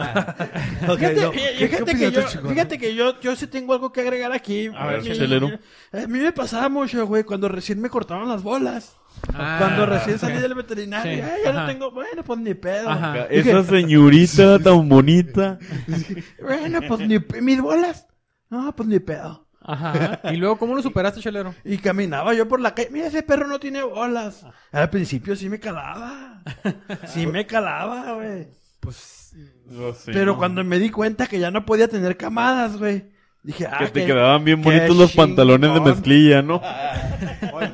Fíjate que yo sí tengo algo que agregar aquí. A ver, Mira, chelero. A mí me pasaba mucho, güey, cuando recién me cortaban las bolas. Cuando recién salí del veterinario. Sí, Ay, ya ajá. no tengo... Bueno, pues ni pedo. Ajá. Esa señorita tan bonita. Bueno, pues ni... ¿Mis bolas? No, pues ni pedo. Ajá. ¿Y luego cómo lo superaste, chelero? Y caminaba yo por la calle. Mira, ese perro no tiene bolas. Al principio sí me calaba. Sí me calaba, güey. Pues, Pero cuando me di cuenta que ya no podía tener camadas, güey. Dije, Que te qué- quedaban bien qué bonitos los pantalones de chingón. mezclilla, ¿no? Oye,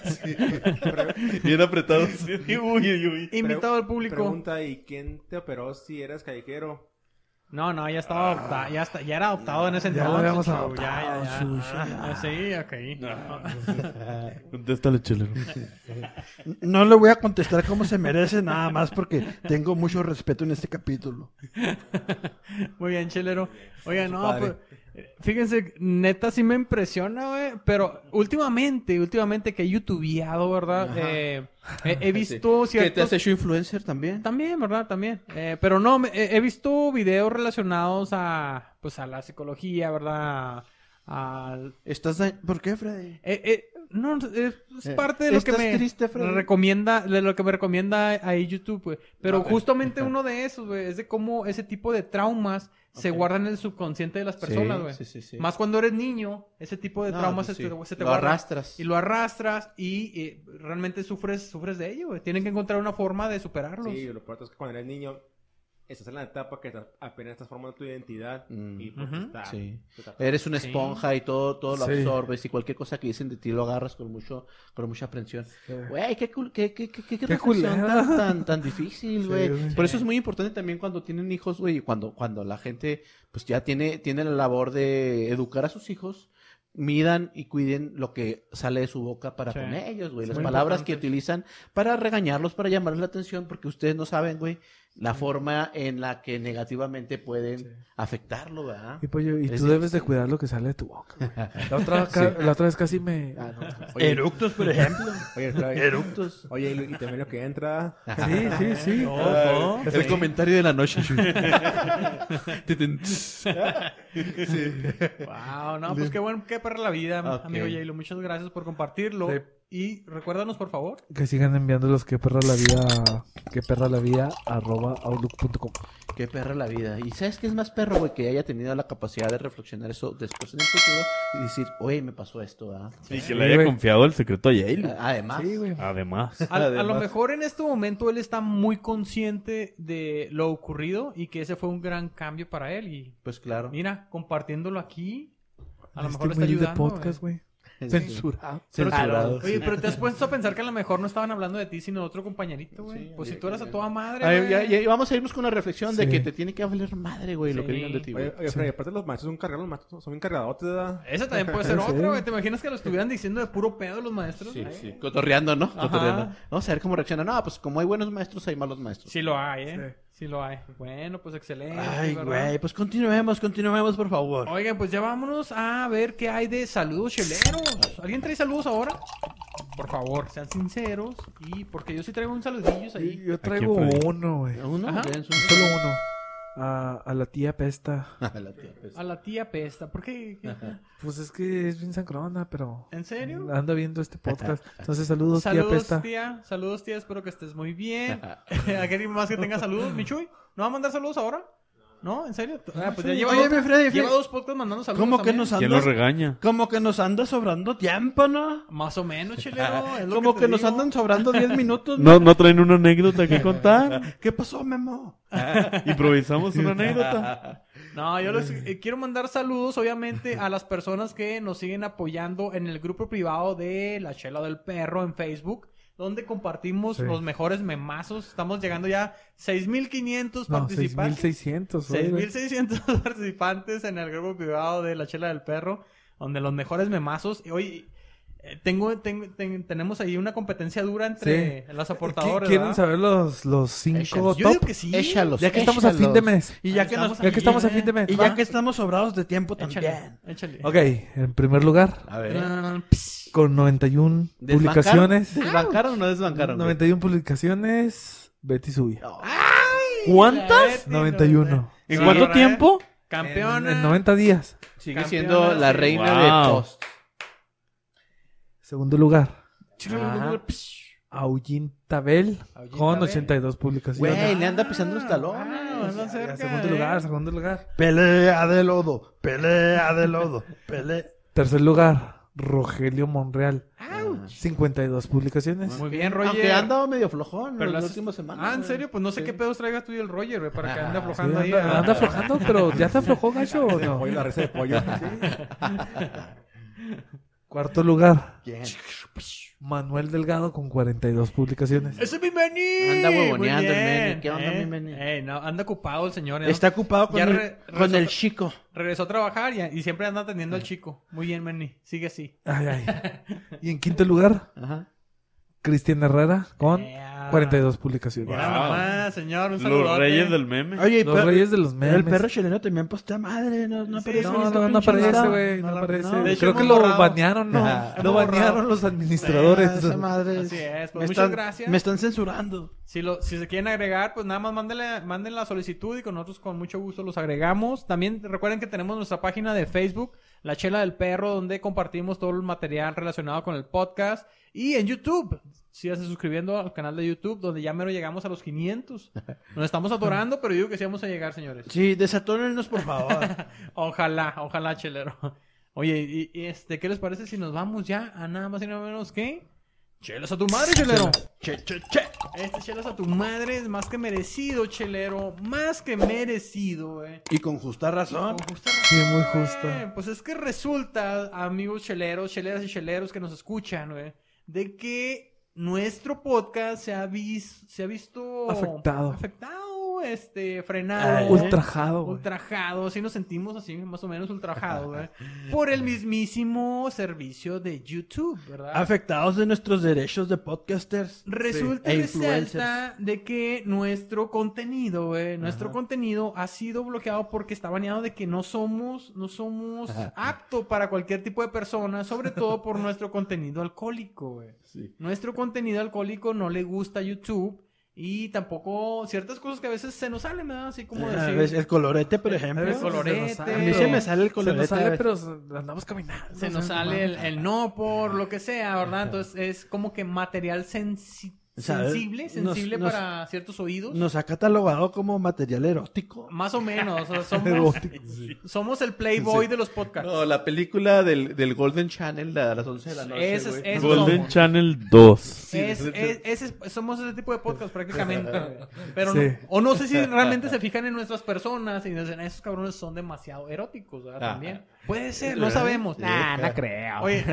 Bien apretados. Uy, uy, uy. Invitado del público. pregunta, ¿y quién te operó si eras callejero? No, ya estaba adoptado, ya era adoptado en ese Ya entonces. lo habíamos Chu, adoptado, Chu, Sí, ok. Contéstale, chelero. No le voy a contestar como se merece nada más porque tengo mucho respeto en este capítulo. Muy bien, chelero. Oiga, no, pues, fíjense, neta sí me impresiona, güey. Pero últimamente que he youtubeado, ¿verdad? He visto ¿Que te has ciertos... hecho influencer también? También, ¿verdad? También. Pero no, he visto videos relacionados a, pues, a la psicología, ¿verdad? Al... ¿Por qué, Freddy? No, es parte de lo que ¿Estás me triste, Freddy? recomienda, de lo que me recomienda ahí YouTube, güey. Pero justamente uno de esos, güey, es de cómo ese tipo de traumas se guardan en el subconsciente de las personas, güey. Sí. Más cuando eres niño, ese tipo de No, traumas pues se te lo guardan. arrastras. Y lo arrastras y realmente sufres de ello, güey. Tienen que encontrar una forma de superarlos. Sí, lo peor es que cuando eres niño, estás en la etapa que apenas estás formando tu identidad y pues Ujú. Sí. Eres una esponja y todo lo Sí. absorbes y cualquier cosa que dicen de ti lo agarras con mucha aprensión. Güey, qué reflexión culera. tan difícil, Sí, güey. güey. Por eso es muy importante también cuando tienen hijos, güey, y cuando la gente pues ya tiene la labor de educar a sus hijos, midan y cuiden lo que sale de su boca para Sí. con ellos, güey. Las Muy palabras importante. que utilizan para regañarlos, para llamarles la atención, porque ustedes no saben, güey, la forma en la que negativamente pueden afectarlo, ¿verdad? Y pollo, y Es tú debes de difícil. cuidar lo que sale de tu boca, güey. La otra vez casi me... Ah, no. Eructos, por ejemplo. Oye, Freddy, Eructos. oye, y también lo que entra. Sí. El comentario de la noche. Wow, no, pues qué bueno, qué perra la vida, Ok. amigo Yaylo. Muchas gracias por compartirlo. Sí. Y recuérdanos, por favor. Que sigan enviando los que perra la vida @outlook.com. Qué perra la vida. ¿Y sabes qué es más perro, güey? Que haya tenido la capacidad de reflexionar eso después en el futuro y decir, oye, me pasó esto, ¿verdad? Y que le haya confiado el secreto a Yale. Además. Sí, güey. Además. A lo Además. mejor en este momento él está muy consciente de lo ocurrido y que ese fue un gran cambio para él. Y Pues claro. mira, compartiéndolo aquí, a lo Este mejor le está humilde ayudando. podcast, güey. Sí. Censurado. Pero te- Censurado. Oye, pero te has puesto a pensar que a lo mejor no estaban hablando de ti, sino de otro compañerito, güey. Sí, Pues si ya- tú eras a ya- toda madre, Ay, güey. ya vamos a irnos con una reflexión de Sí. que te tiene que valer madre, güey, lo Sí. que digan de ti, güey. Oye, Freddy, aparte los maestros son cargados, los maestros son bien cargadotes, ¿verdad? Esa también puede ser Sí. otra, güey. ¿Te imaginas que lo estuvieran diciendo de puro pedo los maestros? Sí, Ay. sí. Cotorreando, ¿no? Ajá. Cotorreando. Vamos a ver cómo reacciona. No, pues como hay buenos maestros, hay malos maestros. Sí lo hay, ¿eh? Sí lo hay. Bueno, pues excelente. Ay, ¿verdad? güey, pues continuemos, por favor. Oigan, pues ya vámonos a ver qué hay de saludos cheleros. ¿Alguien trae saludos ahora? Por favor, sean sinceros. Y porque yo sí traigo un saludillos ahí. Yo traigo Freddy? uno, güey. ¿Uno? Ajá. ¿Tienes Solo uno. A la tía Pesta. La tía, pues. A la tía Pesta. ¿Por qué? Pues es que es bien sangrona, pero... ¿En serio? Anda viendo este podcast. Entonces, saludos, tía Saludos, Pesta. tía. Saludos, tía. Espero que estés muy bien. ¿Alguien más que tenga saludos? ¿Michuy? ¿No va a mandar saludos ahora? ¿No? ¿En serio? Ah, pues ya lleva, Oye, mi Freddy, lleva 2 podcasts mandando saludos. ¿Cómo que también. nos ¿Quién lo andas? regaña? Como que nos anda sobrando tiempo, ¿no? Más o menos, chelero. es lo Como te que nos digo. andan sobrando 10 minutos. ¿No traen una anécdota que contar? ¿Qué pasó, Memo? Improvisamos una anécdota. No, yo les quiero mandar saludos, obviamente, a las personas que nos siguen apoyando en el grupo privado de La Chela del Perro en Facebook, donde compartimos los mejores memazos. Estamos llegando ya a 6,500 participantes. 6,600. 6,600 participantes en el grupo privado de La Chela del Perro, donde los mejores memazos. Y hoy tenemos ahí una competencia dura entre los aportadores. ¿Quieren saber los 5 Yo digo top? que sí. Échalos. Ya que estamos a fin de mes. Y ya que estamos a fin de mes. Y ya que estamos sobrados de tiempo también. Échale. Ok, en primer lugar, A ver. con 91 publicaciones. ¿Desbancaron o no desbancaron? 91 publicaciones, Betty Subia. ¿Cuántas? 91. ¿En Sí, cuánto ¿verdad? tiempo? Campeona. En 90 días. Sigue Campeona, siendo la sí. reina Wow. de post. Segundo lugar, Ajá. Aujin Tabel, Aujin con Tabel. 82 publicaciones. Güey, le anda pisando los talones. anda cerca, Segundo lugar. Pelea de lodo, pelea de lodo, pelea. Tercer lugar, Rogelio Monreal, 52 publicaciones. Muy bien, Roger. Aunque ha andado medio flojón Pero en las las- últimas semanas. Ah, ¿en güey. serio? Pues no sé Sí. qué pedos traigas tú y el Roger, güey, para que ande Sí, aflojando ahí. anda aflojando, pero ¿ya te aflojó, gacho, o no? La receta de pollo. Cuarto lugar, ¿Quién? Manuel Delgado con 42 publicaciones. ¡Ese es mi Meni! Anda huevoneando Muy el bien. Meni. ¿Qué onda, mi Meni? No, anda ocupado el señor. ¿no? Está ocupado con, Ya con el chico. regresó a trabajar y siempre anda atendiendo al chico. Muy bien, Meni. Sigue así. Ay, ay. Y en quinto lugar, Ajá. Cristian Herrera con Ea. 42 publicaciones. Mira nomás, señor. Un Los saludote. reyes del meme. Oye, Los reyes de los memes. el perro chileno también postea madre, no Sí, aparece. en No, esta no, no pinche aparece, lista. güey, no aparece. no. De hecho, Creo que hemos lo borrado. banearon, ¿no? Ajá. Lo Hemos banearon borrado. los administradores. Esa madre. Así es. Pues Me muchas están- gracias. Me están censurando. Si se quieren agregar, pues nada más manden la solicitud y con nosotros con mucho gusto los agregamos. También recuerden que tenemos nuestra página de Facebook, La Chela del Perro, donde compartimos todo el material relacionado con el podcast. Y en YouTube, síganse suscribiendo al canal de YouTube, donde ya mero llegamos a los 500. Nos estamos atorando, pero yo digo que sí vamos a llegar, señores. Sí, desatónennos, por favor. Ojalá, chelero. Oye, ¿qué les parece si nos vamos ya a nada más y nada menos que... ¡Chelas a tu madre, chelero! che. Chelas a tu madre es más que merecido, chelero. Más que merecido, Y con justa razón. Con justa Sí, muy razón. justa. Pues es que resulta, amigos cheleros, cheleras y cheleros que nos escuchan, güey, de que nuestro podcast se ha visto... Afectado. Frenado. Ultrajado, güey. Ultrajado, sí nos sentimos así, más o menos ultrajados, güey. Por el mismísimo servicio de YouTube, ¿verdad? Afectados de nuestros derechos de podcasters. Resulta E y influencers. resalta de que nuestro contenido, güey, contenido ha sido bloqueado porque está baneado de que no somos apto para cualquier tipo de persona, sobre todo por nuestro contenido alcohólico, güey. Nuestro contenido alcohólico no le gusta a YouTube y tampoco ciertas cosas que a veces se nos salen, ¿verdad? Así como decir... El colorete, por ejemplo. El colorete. Se nos sale, A mí se me sale el Se colorete. nos sale, pero andamos caminando. Se nos sale el no por lo que sea, ¿verdad? Entonces es como que material sensible nos- para ciertos oídos. Nos ha catalogado como material erótico. Más o menos, o sea, somos el Playboy de los podcasts. No, la película del Golden Channel a las 11 de la noche, Ese es- güey. ese Golden somos. Channel 2. Somos ese tipo de podcast prácticamente. Pero Sí. o no sé si realmente se fijan en nuestras personas y dicen, esos cabrones son demasiado eróticos, ¿verdad? También. Puede ser, no sabemos. Nah, no creo. Oye,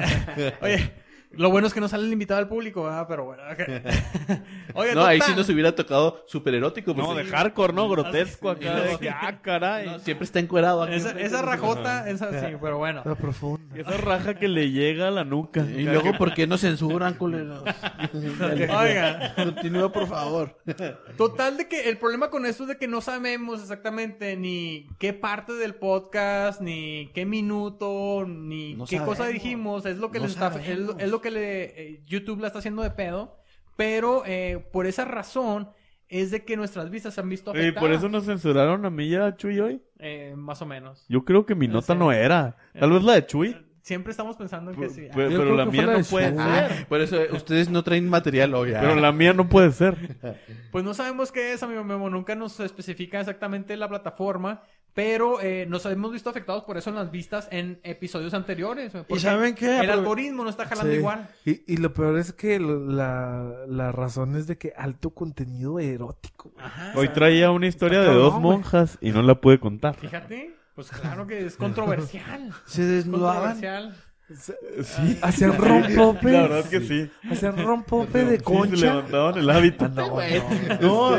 lo bueno es que no sale el invitado al público, ¿verdad? Pero bueno. Oye, No, ahí total. sí nos hubiera tocado súper erótico. No, porque- de hardcore, ¿no? Grotesco acá. De que, caray. No, siempre está encuerado aquí. Esa rajota, esa sí, pero bueno. Está profundo. Esa raja que le llega a la nuca. Y luego, ¿por qué nos censuran, culeros? Oiga. Continúa, por favor. Total de que el problema con esto es de que no sabemos exactamente ni qué parte del podcast, ni qué minuto, ni No qué cosa sabemos. dijimos. Es lo que No les está, sabemos. es lo que YouTube la está haciendo de pedo. Pero por esa razón es de que nuestras vistas se han visto Y afectadas. por eso nos censuraron a mí y a Chuy hoy. Más o menos. Yo creo que mi nota sé. no era. Tal vez la de Chuy. Siempre estamos pensando en que sí. Pero creo la que mía fue la no de puede Chuy. ser. Por eso ustedes no traen material hoy. Pero la mía no puede ser. Pues no sabemos qué es, amigo Memo. Nunca nos especifica exactamente la plataforma. Pero nos hemos visto afectados por eso en las vistas en episodios anteriores. ¿Y saben qué? El algoritmo no está jalando Sí. igual. Y lo peor es que la razón es de que alto contenido erótico. Ajá. Hoy traía una historia de Está dos cabrón, güey. monjas y no la pude contar. Fíjate, pues claro que es controversial. Se desnudaban. Controversial. Sí. Hacían rompope. La verdad es que sí. Hacían rompope de Sí, se concha. levantaban el hábito. No, No,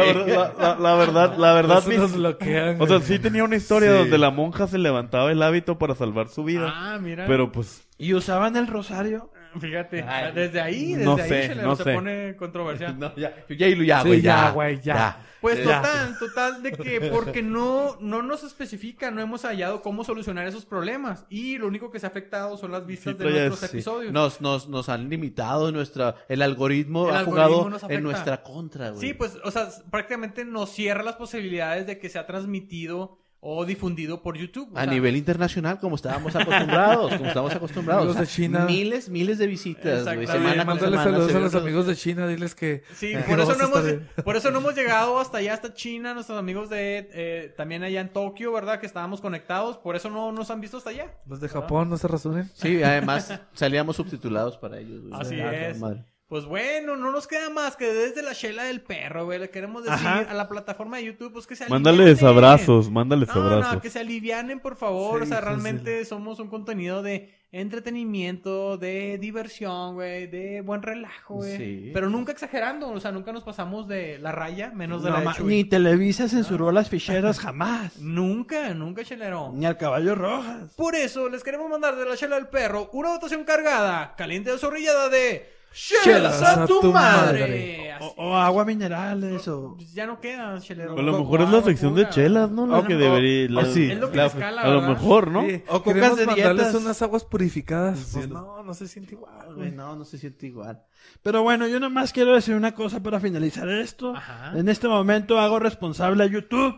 la verdad, Eso nos bloquean. o sea, güey. sí tenía una historia Sí. donde la monja se levantaba el hábito para salvar su vida. Ah, mira. Pero pues, Y usaban el rosario. Fíjate, Ay, desde ahí no sé, Chelero, no se sé. pone controversial. No, ya, ya, Sí, güey, ya, güey, ya. Pues Ya. total de que porque no nos especifica, no hemos hallado cómo solucionar esos problemas. Y lo único que se ha afectado son las vistas Sí, de traía nuestros ese. episodios. Nos han limitado el algoritmo El ha algoritmo jugado nos afecta. en nuestra contra, güey. Sí, pues, o sea, prácticamente nos cierra las posibilidades de que sea transmitido o difundido por YouTube. O A sea, nivel internacional, como estábamos acostumbrados, Amigos de China. Miles de visitas, güey, Exactamente. semana con Mándale semana. saludos a se ve los todo. amigos de China, diles que... Sí, que por eso, vamos a no hemos, estar bien. por eso no hemos llegado hasta allá, hasta China, nuestros amigos de también allá en Tokio, ¿verdad? Que estábamos conectados, por eso no nos han visto hasta allá. Los de Japón, no se rasuren. Sí, además salíamos subtitulados para ellos, güey. Así Ah, es. madre. Pues bueno, no nos queda más que desde la chela del perro, güey. Le queremos decir Ajá. a la plataforma de YouTube, pues que se mándales alivianen. abrazos, mándales No, abrazos. no, que se alivianen, por favor. Sí, o sea, hijos realmente somos un contenido de entretenimiento, de diversión, güey, de buen relajo, güey. Sí. Pero nunca exagerando, o sea, nunca nos pasamos de la raya, menos de No, la de Chuy. ni Televisa censuró las ficheras jamás. Nunca, chelero. Ni al caballo rojas. Por eso les queremos mandar de la chela del perro una votación cargada, caliente de zorrillada de chelas a tu madre. Así- O agua minerales o... Pues ya no queda, chelero. A lo mejor es la sección de chelas, ¿no? Lo que debería... Es lo que les cala, a lo ¿verdad? mejor, ¿no? Sí, O queremos cocas de mandarles dietas. unas aguas purificadas. Pues no se siente igual, Güey, güey. no se siente igual. Pero bueno, yo nomás quiero decir una cosa para finalizar esto. Ajá. En este momento hago responsable a YouTube.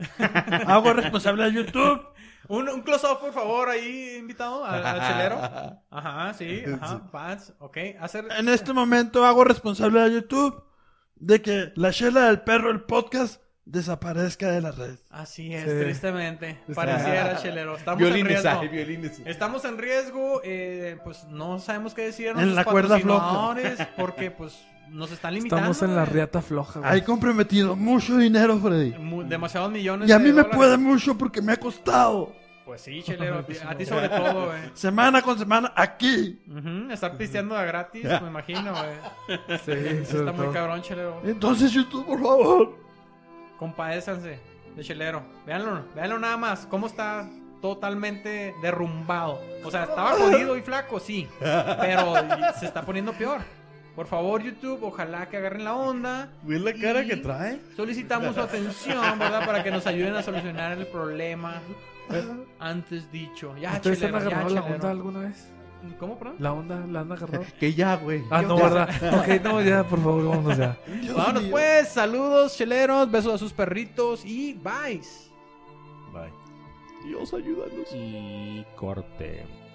Hago responsable a YouTube. Un close-up, por favor, ahí, invitado, al chelero. Ajá, sí, ajá, Pats, ok. Hacer... En este momento hago responsable a YouTube de que la chela del perro, el podcast, desaparezca de la red. Así es, Sí. tristemente. Pareciera, chelero. Estamos en riesgo. Estamos en riesgo, pues no sabemos qué decir a En nuestros la cuerda patrocinadores, porque pues nos están limitando. Estamos en la güey. riata floja, güey. Hay comprometido mucho dinero, Freddy. Demasiados millones Y a de mí me dólares. puede mucho porque me ha costado. Pues sí, chelero, a ti sobre todo, güey. Semana con semana aquí. Ujú, estar pisteando de gratis, me imagino, güey. Sí, Eso sobre está muy todo. cabrón, chelero. Entonces, YouTube, por favor. Compadézanse de chelero. Véanlo nada más. Cómo está totalmente derrumbado. O sea, estaba jodido y flaco, sí. Pero se está poniendo peor. Por favor, YouTube, ojalá que agarren la onda. ¿Ves la cara Y que trae? Solicitamos su atención, ¿verdad? Para que nos ayuden a solucionar el problema antes dicho. Ya, ¿Ustedes han chelero, ya, agarrado la chelero. onda alguna vez? ¿Cómo, perdón? ¿La onda la han agarrado? Que ya, güey. Ah, no, ¿verdad? Ok, no, ya, por favor, vámonos ya. Vámonos pues, saludos, cheleros, besos a sus perritos y bye. Bye. Dios, ayúdanos. Y corte.